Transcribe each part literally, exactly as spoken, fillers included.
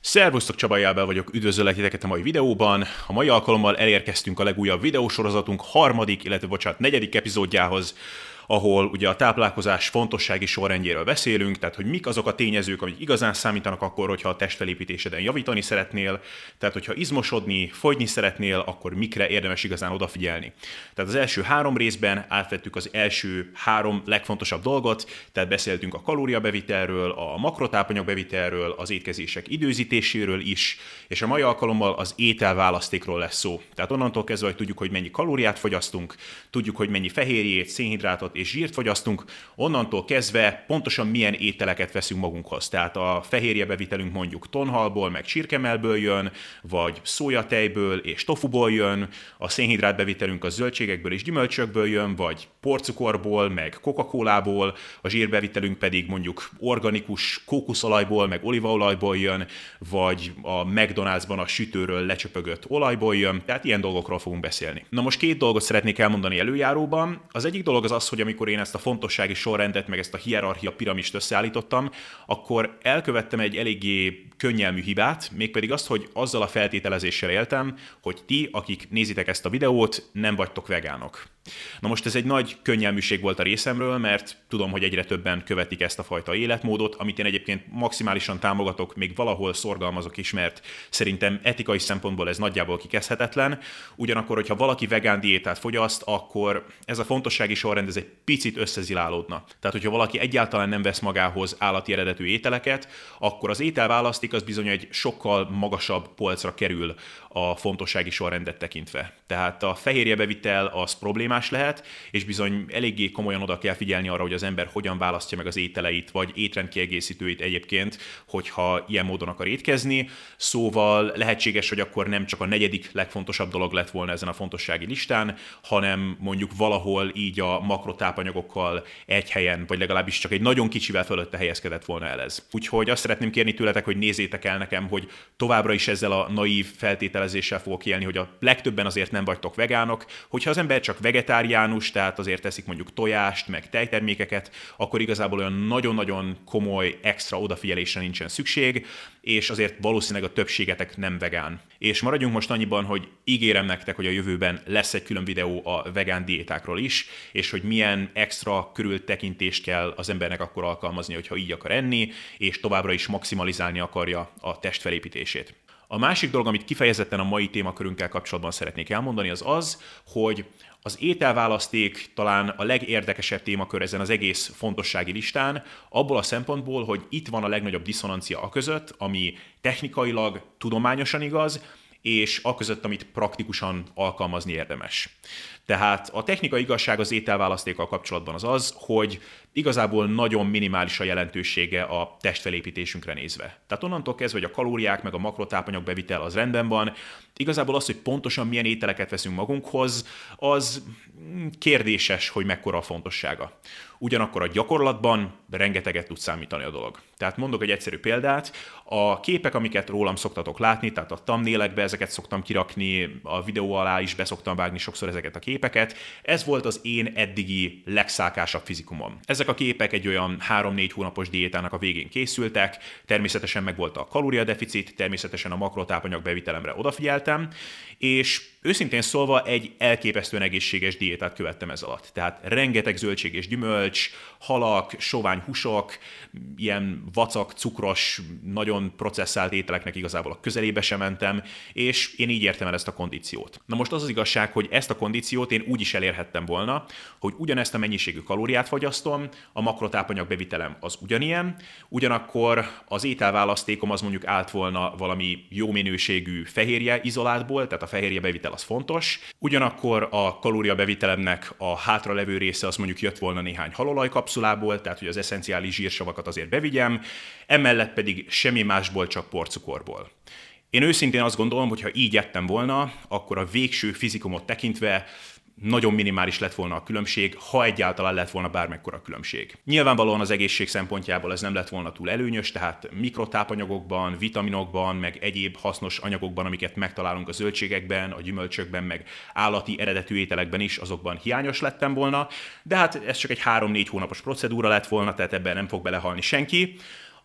Szervusztok, Csaba Jábel vagyok, üdvözöllek titeket a mai videóban. A mai alkalommal elérkeztünk a legújabb videósorozatunk harmadik, illetve bocsánat, negyedik epizódjához, ahol ugye a táplálkozás fontossági sorrendjéről beszélünk, tehát hogy mik azok a tényezők, amik igazán számítanak akkor, hogyha a testfelépítéseden javítani szeretnél, tehát hogyha izmosodni, fogyni szeretnél, akkor mikre érdemes igazán odafigyelni. Tehát az első három részben átvettük az első három legfontosabb dolgot, tehát beszéltünk a kalóriabevitelről, a makrotápanyagbevitelről, az étkezések időzítéséről is, és a mai alkalommal az ételválasztékról lesz szó. Tehát onnantól kezdve, hogy tudjuk, hogy mennyi kalóriát fogyasztunk, tudjuk, hogy mennyi fehérjét, szénhidrátot és zsírt fogyasztunk, onnantól kezdve pontosan milyen ételeket veszünk magunkhoz. Tehát a fehérjebevitelünk mondjuk tonhalból, meg csirkemelből jön, vagy szójatejből és tofuból jön, a szénhidrátbevitelünk a zöldségekből és gyümölcsökből jön, vagy porcukorból, meg Coca-Colából, a zsírbevitelünk pedig mondjuk organikus kókuszolajból, meg olívaolajból jön, vagy a McDonald'sban a sütőről lecsöpögött olajból jön, tehát ilyen dolgokról fogunk beszélni. Na most két dolgot szeretnék elmondani előjáróban. Az egyik dolog az az, hogy amikor én ezt a fontossági sorrendet, meg ezt a hierarchia piramist összeállítottam, akkor elkövettem egy eléggé könnyelmű hibát, mégpedig azt, hogy azzal a feltételezéssel éltem, hogy ti, akik nézitek ezt a videót, nem vagytok vegánok. Na most ez egy nagy könnyelműség volt a részemről, mert tudom, hogy egyre többen követik ezt a fajta életmódot, amit én egyébként maximálisan támogatok, még valahol szorgalmazok is, mert szerintem etikai szempontból ez nagyjából kikezdhetetlen. Ugyanakkor, hogyha valaki vegán diétát fogyaszt, akkor ez a fontossági sorrend ez egy picit összezilálódna. Tehát, hogyha valaki egyáltalán nem vesz magához állati eredetű ételeket, akkor az ételválaszték az bizony egy sokkal magasabb polcra kerül a fontossági sorrendet tekintve. Tehát a fehérjebevitel az problémás lehet, és bizony eléggé komolyan oda kell figyelni arra, hogy az ember hogyan választja meg az ételeit, vagy étrendkiegészítőit egyébként, hogyha ilyen módon akar étkezni. Szóval lehetséges, hogy akkor nem csak a negyedik legfontosabb dolog lett volna ezen a fontossági listán, hanem mondjuk valahol így a makrotápanyagokkal egy helyen, vagy legalábbis csak egy nagyon kicsivel fölötte helyezkedett volna el ez. Úgyhogy azt szeretném kérni tőletek, hogy nézzétek el nekem, hogy továbbra is ezzel a naív feltételezéssel fogok élni, hogy a legtöbben azért nem vagytok vegánok. Hogyha az ember csak vegetáriánus, tehát azért teszik mondjuk tojást, meg tejtermékeket, akkor igazából olyan nagyon-nagyon komoly extra odafigyelésre nincsen szükség, és azért valószínűleg a többségetek nem vegán. És maradjunk most annyiban, hogy ígérem nektek, hogy a jövőben lesz egy külön videó a vegán diétákról is, és hogy milyen extra körültekintést kell az embernek akkor alkalmazni, hogyha így akar enni, és továbbra is maximalizálni akarja a testfelépítését. A másik dolog, amit kifejezetten a mai témakörünkkel kapcsolatban szeretnék elmondani, az az, hogy az ételválaszték talán a legérdekesebb témakör ezen az egész fontossági listán, abból a szempontból, hogy itt van a legnagyobb diszonancia a között, ami technikailag, tudományosan igaz, és aközött, amit praktikusan alkalmazni érdemes. Tehát a technikai igazság az ételválasztékkal kapcsolatban az az, hogy igazából nagyon minimális a jelentősége a testfelépítésünkre nézve. Tehát onnantól kezdve, hogy a kalóriák meg a makrotápanyagbevitel az rendben van, igazából az, hogy pontosan milyen ételeket veszünk magunkhoz, az kérdéses, hogy mekkora a fontossága. Ugyanakkor a gyakorlatban rengeteget tud számítani a dolog. Tehát mondok egy egyszerű példát, a képek, amiket rólam szoktatok látni, tehát a thumbnailekbe ezeket szoktam kirakni, a videó alá is beszoktam vágni sokszor ezeket a képeket, ez volt az én eddigi legszálkásabb fizikumom. Ezek a képek egy olyan három-négy hónapos diétának a végén készültek, természetesen megvolt a kalóriadeficit, természetesen a makrotápanyagbevitelemre odafigyeltem, és őszintén szólva egy elképesztően egészséges diétát követtem ez alatt. Tehát rengeteg zöldség és gyümölcs, halak, sovány húsok, ilyen vacak, cukros, nagyon processzált ételeknek igazából a közelébe sem mentem, és én így értem el ezt a kondíciót. Na most az az igazság, hogy ezt a kondíciót én úgy is elérhettem volna, hogy ugyanezt a mennyiségű kalóriát fogyasztom, a makrotápanyagbevitelem az ugyanilyen, ugyanakkor az ételválasztékom az mondjuk állt volna valami jó minőségű fehérje izolátból, tehát a fehérjebevitel az fontos, ugyanakkor a kalóriabevitelemnek a hátralevő része az mondjuk jött volna néhány halolajkapszulából, tehát hogy az eszenciális zsírsavakat azért bevigyem, emellett pedig semmi másból, csak porcukorból. Én őszintén azt gondolom, hogy ha így ettem volna, akkor a végső fizikumot tekintve nagyon minimális lett volna a különbség, ha egyáltalán lett volna bármekkora különbség. Nyilvánvalóan az egészség szempontjából ez nem lett volna túl előnyös, tehát mikrotápanyagokban, vitaminokban, meg egyéb hasznos anyagokban, amiket megtalálunk a zöldségekben, a gyümölcsökben, meg állati eredetű ételekben is, azokban hiányos lettem volna, de hát ez csak egy három-négy hónapos procedúra lett volna, tehát ebben nem fog belehalni senki.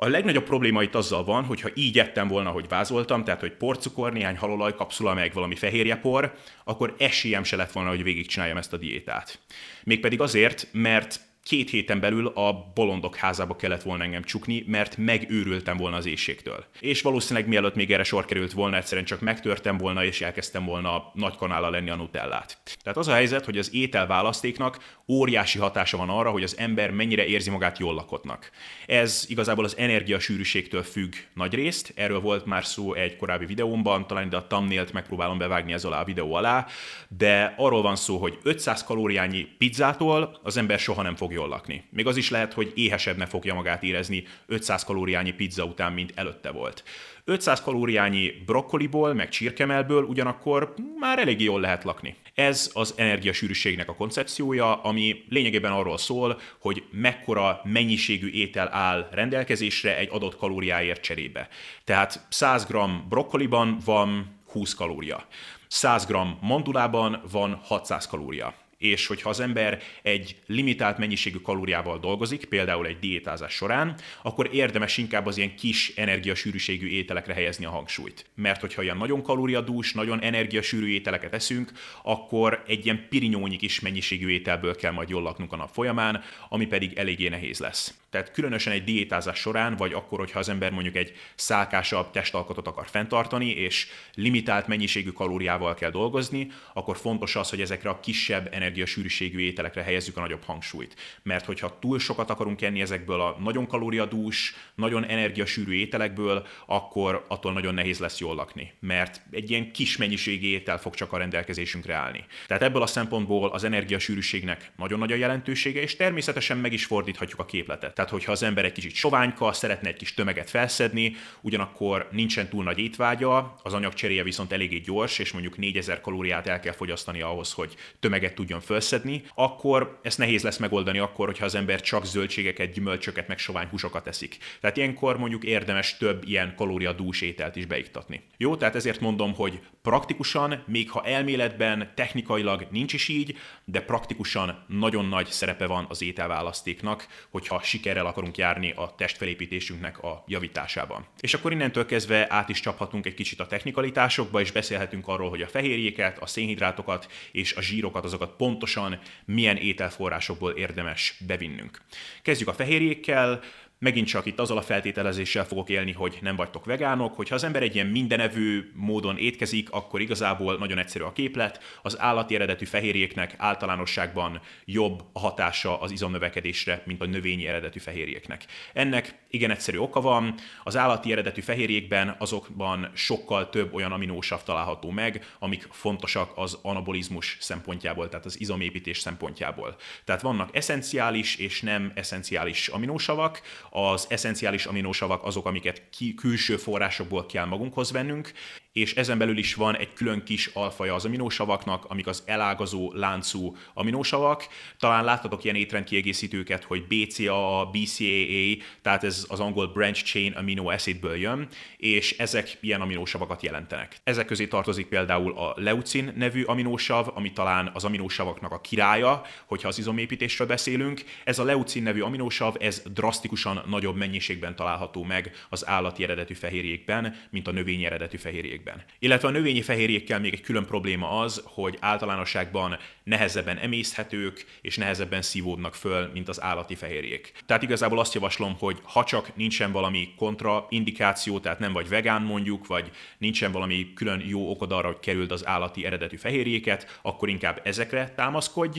A legnagyobb probléma itt azzal van, hogy ha így ettem volna, hogy vázoltam, tehát hogy porcukor, néhány halolaj kapszula, meg valami fehérjepor, akkor esélyem se lett volna, hogy végigcsináljam ezt a diétát. Mégpedig azért, mert két héten belül a bolondok házába kellett volna engem csukni, mert megőrültem volna az éhségtől. És valószínűleg mielőtt még erre sor került volna, egyszerűen csak megtörtem volna, és elkezdtem volna nagy kanállal lenni a nutellát. Tehát az a helyzet, hogy az ételválasztéknak óriási hatása van arra, hogy az ember mennyire érzi magát jól lakottnak. Ez igazából az energiasűrűségtől függ nagyrészt, erről volt már szó egy korábbi videómban, talán ide a thumbnailt megpróbálom bevágni ez alá a videó alá, de arról van szó, hogy ötszáz kalóriányi pizzától az ember soha nem fog jól lakni. Még az is lehet, hogy éhesebbnek fogja magát érezni ötszáz kalóriányi pizza után, mint előtte volt. ötszáz kalóriányi brokkoliból, meg csirkemelből ugyanakkor már eléggé jól lehet lakni. Ez az energiasűrűségnek a koncepciója, ami lényegében arról szól, hogy mekkora mennyiségű étel áll rendelkezésre egy adott kalóriáért cserébe. Tehát száz gramm brokkoliban van húsz kalória. száz gramm mandulában van hatszáz kalória. És hogyha az ember egy limitált mennyiségű kalóriával dolgozik, például egy diétázás során, akkor érdemes inkább az ilyen kis energiasűrűségű ételekre helyezni a hangsúlyt. Mert hogyha ilyen nagyon kalóriadús, nagyon energiasűrű ételeket eszünk, akkor egy ilyen pirinyónyi kis mennyiségű ételből kell majd jól laknunk a nap folyamán, ami pedig eléggé nehéz lesz. Tehát különösen egy diétázás során, vagy akkor, hogyha az ember mondjuk egy szálkásabb testalkatot akar fenntartani, és limitált mennyiségű kalóriával kell dolgozni, akkor fontos az, hogy ezekre a kisebb energiasűrűségű ételekre helyezzük a nagyobb hangsúlyt. Mert hogyha túl sokat akarunk enni ezekből a nagyon kalóriadús, nagyon energiasűrű ételekből, akkor attól nagyon nehéz lesz jól lakni. Mert egy ilyen kis mennyiségű étel fog csak a rendelkezésünkre állni. Tehát ebből a szempontból az energiasűrűségnek nagyon nagy a jelentősége, és természetesen meg is fordíthatjuk a képletet. Tehát, hogyha az ember egy kicsit soványka, szeretne egy kis tömeget felszedni, ugyanakkor nincsen túl nagy étvágya, az anyagcseréje viszont eléggé gyors, és mondjuk négyezer kalóriát el kell fogyasztani ahhoz, hogy tömeget tudjon felszedni, akkor ezt nehéz lesz megoldani akkor, hogyha az ember csak zöldségeket, gyümölcsöket, meg sovány húsokat eszik. Tehát ilyenkor mondjuk érdemes több ilyen kalóriadús ételt is beiktatni. Jó, tehát ezért mondom, hogy praktikusan, még ha elméletben, technikailag nincs is így, de praktikusan nagyon nagy szerepe van az ételválasztéknak, hogyha sikerrel akarunk járni a testfelépítésünknek a javításában. És akkor innentől kezdve át is csaphatunk egy kicsit a technikalitásokba, és beszélhetünk arról, hogy a fehérjéket, a szénhidrátokat és a zsírokat, azokat pontosan milyen ételforrásokból érdemes bevinnünk. Kezdjük a fehérjékkel. Megint csak itt azzal a feltételezéssel fogok élni, hogy nem vagytok vegánok, hogyha az ember egy ilyen mindenevő módon étkezik, akkor igazából nagyon egyszerű a képlet. Az állati eredetű fehérjéknek általánosságban jobb a hatása az izomnövekedésre, mint a növényi eredetű fehérjéknek. Ennek igen egyszerű oka van, az állati eredetű fehérjékben azokban sokkal több olyan aminósav található meg, amik fontosak az anabolizmus szempontjából, tehát az izomépítés szempontjából. Tehát vannak eszenciális és nem eszenciális aminósavak. Az eszenciális aminósavak azok, amiket ki, külső forrásokból kell magunkhoz vennünk, és ezen belül is van egy külön kis alfaja az aminósavaknak, amik az elágazó láncú aminósavak. Talán láttatok ilyen étrendkiegészítőket, hogy bé cé á á, bé cé á á, tehát ez az angol branch chain amino acidből jön, és ezek ilyen aminósavakat jelentenek. Ezek közé tartozik például a leucin nevű aminósav, ami talán az aminósavaknak a királya, hogyha az izomépítésről beszélünk. Ez a leucin nevű aminósav, ez drasztikusan nagyobb mennyiségben található meg az állati eredetű fehérjékben, mint a növényi eredetű fehérjékben. Illetve a növényi fehérjékkel még egy külön probléma az, hogy általánosságban nehezebben emészthetők és nehezebben szívódnak föl, mint az állati fehérjék. Tehát igazából azt javaslom, hogy ha csak nincsen valami kontraindikáció, tehát nem vagy vegán mondjuk, vagy nincsen valami külön jó okod arra, hogy kerüld az állati eredetű fehérjéket, akkor inkább ezekre támaszkodj,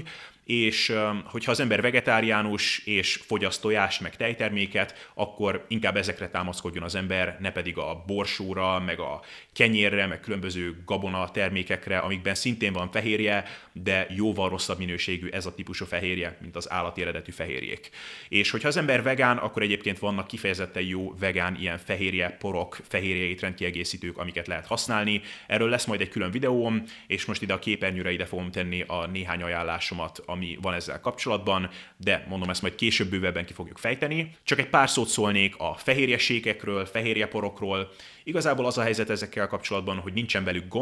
és hogyha az ember vegetáriánus és fogyaszt tojást meg tejterméket, akkor inkább ezekre támaszkodjon az ember, ne pedig a borsóra, meg a kenyérre, meg különböző gabona termékekre, amikben szintén van fehérje, de jóval rosszabb minőségű ez a típusú fehérje, mint az állati eredetű fehérjék. És hogyha az ember vegán, akkor egyébként vannak kifejezetten jó vegán ilyen fehérje porok, fehérje étrendkiegészítők, amiket lehet használni. Erről lesz majd egy külön videóm, és most ide a képernyőre ide fogom tenni a néhány ajánlásomat, ami van ezzel kapcsolatban, de mondom, ezt majd később bővebben ki fogjuk fejteni. Csak egy pár szót szólnék a fehérjesékekről, fehérjeporokról. Igazából az a helyzet ezekkel kapcsolatban, hogy nincsen velük gond,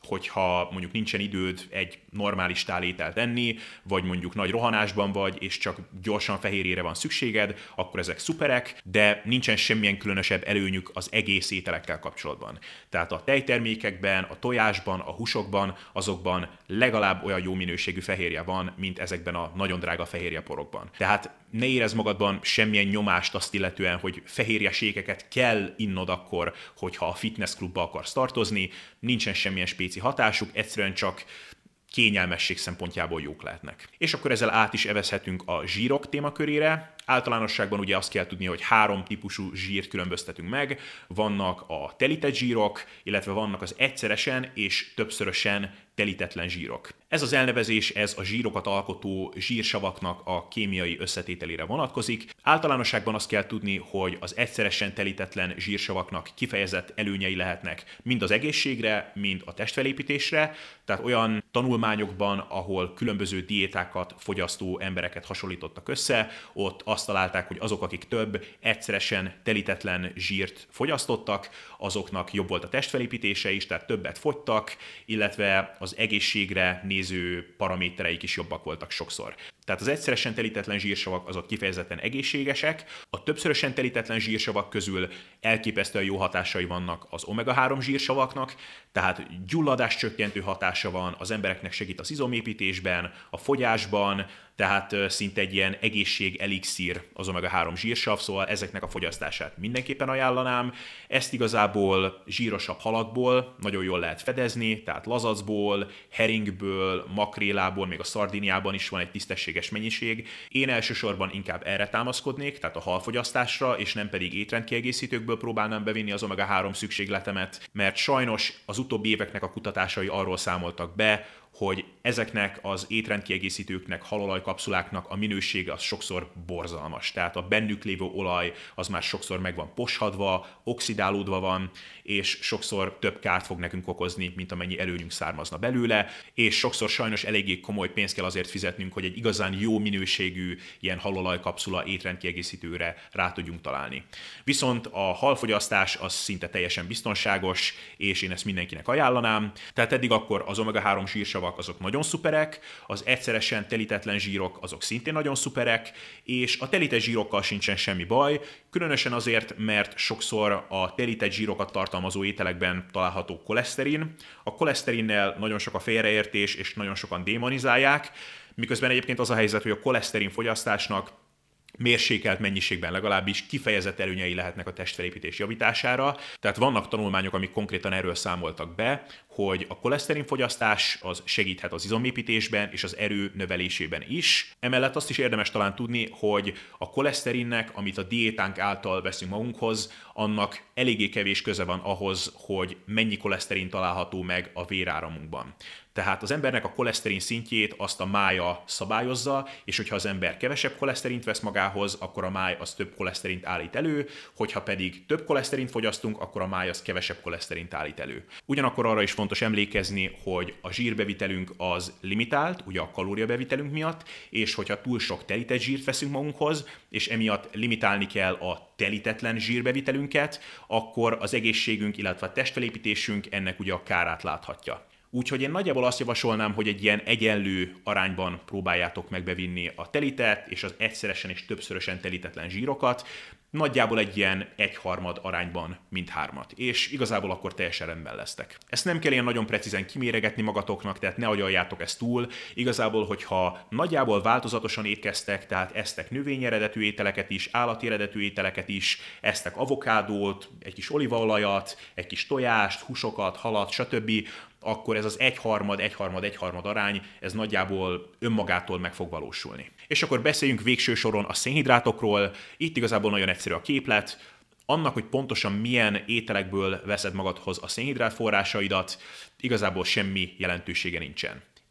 hogyha mondjuk nincsen időd egy normális tál ételt enni, vagy mondjuk nagy rohanásban vagy, és csak gyorsan fehérjére van szükséged, akkor ezek szuperek, de nincsen semmilyen különösebb előnyük az egész ételekkel kapcsolatban. Tehát a tejtermékekben, a tojásban, a húsokban, azokban legalább olyan jó minőségű fehérje van, mint ezekben a nagyon drága fehérjeporokban. Tehát ne érezd magadban semmilyen nyomást azt illetően, hogy fehérjesékeket kell innod akkor, hogyha a fitnessklubba akarsz tartozni, nincsen semmilyen spéci hatásuk, egyszerűen csak kényelmesség szempontjából jók lehetnek. És akkor ezzel át is evezhetünk a zsírok témakörére. Általánosságban ugye azt kell tudni, hogy három típusú zsírt különböztetünk meg. Vannak a telített zsírok, illetve vannak az egyszeresen és többszörösen telítetlen zsírok. Ez az elnevezés, ez a zsírokat alkotó zsírsavaknak a kémiai összetételére vonatkozik. Általánosságban azt kell tudni, hogy az egyszeresen telítetlen zsírsavaknak kifejezett előnyei lehetnek mind az egészségre, mind a testfelépítésre. Tehát olyan tanulmányokban, ahol különböző diétákat fogyasztó embereket hasonlítottak össze, ott azt találták, hogy azok, akik több egyszeresen telítetlen zsírt fogyasztottak, azoknak jobb volt a testfelépítése is, tehát többet fogytak, illetve az egészségre néző paramétereik is jobbak voltak sokszor. Tehát az egyszeresen telítetlen zsírsavak azok kifejezetten egészségesek, a többszörösen telítetlen zsírsavak közül elképesztően jó hatásai vannak az omega három zsírsavaknak, tehát gyulladás csökkentő hatása van, az embereknek segít az izomépítésben, a fogyásban, tehát szinte egy ilyen egészség elixír az omega három zsírsav, szóval ezeknek a fogyasztását mindenképpen ajánlanám. Ezt igazából zsírosabb halakból nagyon jól lehet fedezni, tehát lazacból, heringből, makrélából, még a szardíniában is van egy tisztességes mennyiség. Én elsősorban inkább erre támaszkodnék, tehát a halfogyasztásra, és nem pedig étrendkiegészítőkből próbálnám bevinni az omega három szükségletemet, mert sajnos az utóbbi éveknek a kutatásai arról számoltak be, hogy ezeknek az étrendkiegészítőknek, halolajkapszuláknak a minősége az sokszor borzalmas. Tehát a bennük lévő olaj az már sokszor meg van poshadva, oxidálódva van, és sokszor több kárt fog nekünk okozni, mint amennyi előnyünk származna belőle, és sokszor sajnos eléggé komoly pénzt kell azért fizetnünk, hogy egy igazán jó minőségű ilyen halolajkapszula étrendkiegészítőre rá tudjunk találni. Viszont a halfogyasztás az szinte teljesen biztonságos, és én ezt mindenkinek ajánlanám. Tehát eddig akkor az omega három zsírsavak azok nagyon szuperek, az egyszeresen telítetlen zsírok azok szintén nagyon szuperek, és a telített zsírokkal sincsen semmi baj, különösen azért, mert sokszor a telített zsírokat tartalmazó ételekben található koleszterin. A koleszterinnel nagyon sok a félreértés, és nagyon sokan démonizálják, miközben egyébként az a helyzet, hogy a koleszterin fogyasztásnak mérsékelt mennyiségben legalábbis kifejezett előnyei lehetnek a testfelépítés javítására. Tehát vannak tanulmányok, amik konkrétan erről számoltak be, hogy a koleszterinfogyasztás az segíthet az izomépítésben és az erő növelésében is. Emellett azt is érdemes talán tudni, hogy a koleszterinnek, amit a diétánk által veszünk magunkhoz, annak eléggé kevés köze van ahhoz, hogy mennyi koleszterin található meg a véráramunkban. Tehát az embernek a koleszterin szintjét azt a mája szabályozza, és hogyha az ember kevesebb koleszterint vesz magához, akkor a máj az több koleszterint állít elő, hogyha pedig több koleszterint fogyasztunk, akkor a máj az kevesebb koleszterint állít elő. Ugyanakkor arra is fontos emlékezni, hogy a zsírbevitelünk az limitált, ugye a kalóriabevitelünk miatt, és hogyha túl sok telített zsírt veszünk magunkhoz, és emiatt limitálni kell a telítetlen zsírbevitelünket, akkor az egészségünk, illetve a testfelépítésünk ennek ugye a kárát láthatja. Úgyhogy én nagyjából azt javasolnám, hogy egy ilyen egyenlő arányban próbáljátok meg bevinni a telített és az egyszeresen és többszörösen telítetlen zsírokat, nagyjából egy ilyen egyharmad arányban mindhármat, és igazából akkor teljesen rendben lesztek. Ezt nem kell ilyen nagyon precízen kiméregetni magatoknak, tehát ne agyaljátok ezt túl. Igazából, hogyha nagyjából változatosan étkeztek, tehát esztek növényi eredetű ételeket is, állati eredetű ételeket is, esztek avokádót, egy kis olívaolajat, egy kis tojást, húsokat, halat, stb., akkor ez az egyharmad, egyharmad, egyharmad arány, ez nagyjából önmagától meg fog valósulni. És akkor beszéljünk végső soron a szénhidrátokról. Itt igazából nagyon egyszerű a képlet. Annak, hogy pontosan milyen ételekből veszed magadhoz a szénhidrát forrásaidat, igazából semmi jelentősége nincsen.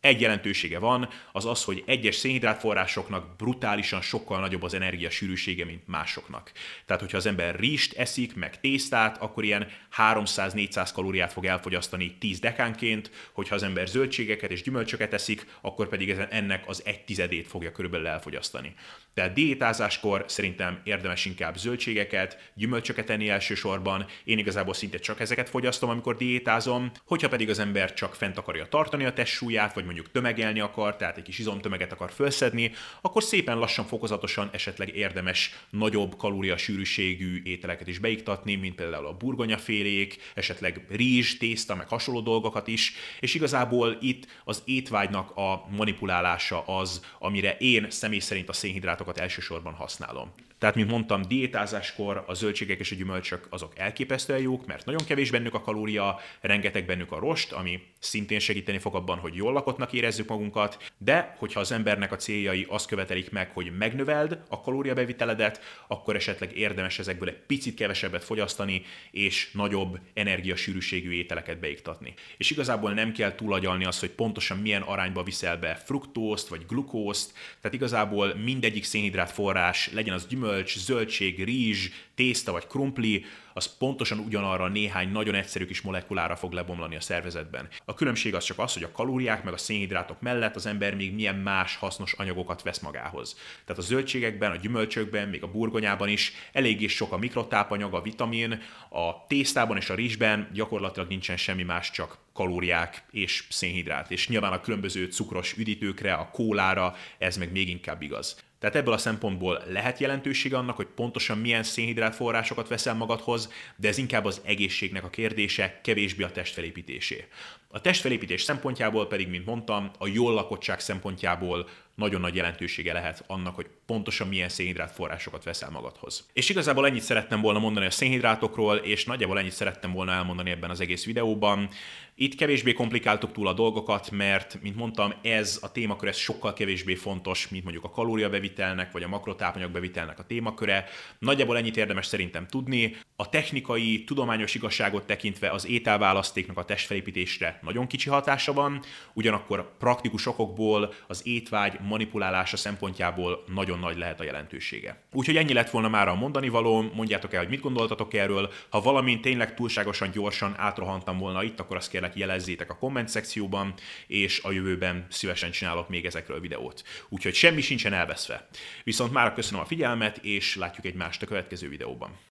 Egy jelentősége van, az az, hogy egyes szénhidrátforrásoknak brutálisan sokkal nagyobb az energiasűrűsége, mint másoknak. Tehát, hogyha az ember rizst eszik, meg tésztát, akkor ilyen háromszáz-négyszáz kalóriát fog elfogyasztani tíz dekánként, hogyha az ember zöldségeket és gyümölcsöket eszik, akkor pedig ennek az egy tizedét fogja körülbelül elfogyasztani. Tehát diétázáskor szerintem érdemes inkább zöldségeket, gyümölcsöket enni elsősorban. Én igazából szinte csak ezeket fogyasztom, amikor diétázom. Hogyha pedig az ember csak fent akarja tartani a testsúlyát, vagy mondjuk tömegelni akar, tehát egy kis izomtömeget akar felszedni, akkor szépen lassan, fokozatosan esetleg érdemes nagyobb kalóriasűrűségű ételeket is beiktatni, mint például a burgonyafélék, esetleg rizs, tészta, meg hasonló dolgokat is, és igazából itt az étvágynak a manipulálása az, amire én személy szerint a szénhidrátokat elsősorban használom. Tehát, mint mondtam, diétázáskor a zöldségek és a gyümölcsök azok elképesztően jók, mert nagyon kevés bennük a kalória, rengeteg bennük a rost, ami szintén segíteni fog abban, hogy jól lakottnak érezzük magunkat, de hogyha az embernek a céljai azt követelik meg, hogy megnöveld a kalóriabeviteledet, akkor esetleg érdemes ezekből egy picit kevesebbet fogyasztani, és nagyobb energiasűrűségű ételeket beiktatni. És igazából nem kell túlagyalni azt, hogy pontosan milyen arányba viszel be fruktózt vagy glukózt, tehát igazából mindegyik szénhidrát forrás, legyen az gyümölcs, zöldség, rizs, tészta vagy krumpli, az pontosan ugyanarra néhány nagyon egyszerű kis molekulára fog lebomlani a szervezetben. A különbség az csak az, hogy a kalóriák meg a szénhidrátok mellett az ember még milyen más hasznos anyagokat vesz magához. Tehát a zöldségekben, a gyümölcsökben, még a burgonyában is eléggé sok a mikrotápanyag, a vitamin, a tésztában és a rizsben gyakorlatilag nincsen semmi más, csak kalóriák és szénhidrát. És nyilván a különböző cukros üdítőkre, a kólára ez meg még inkább igaz. Tehát ebből a szempontból lehet jelentősége annak, hogy pontosan milyen szénhidrátforrásokat veszel magadhoz, de ez inkább az egészségnek a kérdése, kevésbé a testfelépítésé. A testfelépítés szempontjából pedig, mint mondtam, a jól lakottság szempontjából nagyon nagy jelentősége lehet annak, hogy pontosan milyen szénhidrátforrásokat veszel magadhoz. És igazából ennyit szerettem volna mondani a szénhidrátokról, és nagyjából ennyit szerettem volna elmondani ebben az egész videóban. Itt kevésbé komplikáltuk túl a dolgokat, mert, mint mondtam, ez a témakör ez sokkal kevésbé fontos, mint mondjuk a kalóriabevitelnek, vagy a makrotápanyagbevitelnek a témaköre. Nagyjából ennyit érdemes szerintem tudni. A technikai, tudományos igazságot tekintve az ételválasztéknak a testfelépítésre nagyon kicsi hatása van, ugyanakkor praktikus okokból az étvágy manipulálása szempontjából nagyon nagy lehet a jelentősége. Úgyhogy ennyi lett volna már a mondani való, mondjátok el, hogy mit gondoltatok erről. Ha valamint tényleg túlságosan gyorsan átrohantam volna itt, akkor azt kérlek jelezzétek a komment szekcióban, és a jövőben szívesen csinálok még ezekről videót. Úgyhogy semmi sincsen elveszve. Viszont már köszönöm a figyelmet, és látjuk egymást a következő videóban.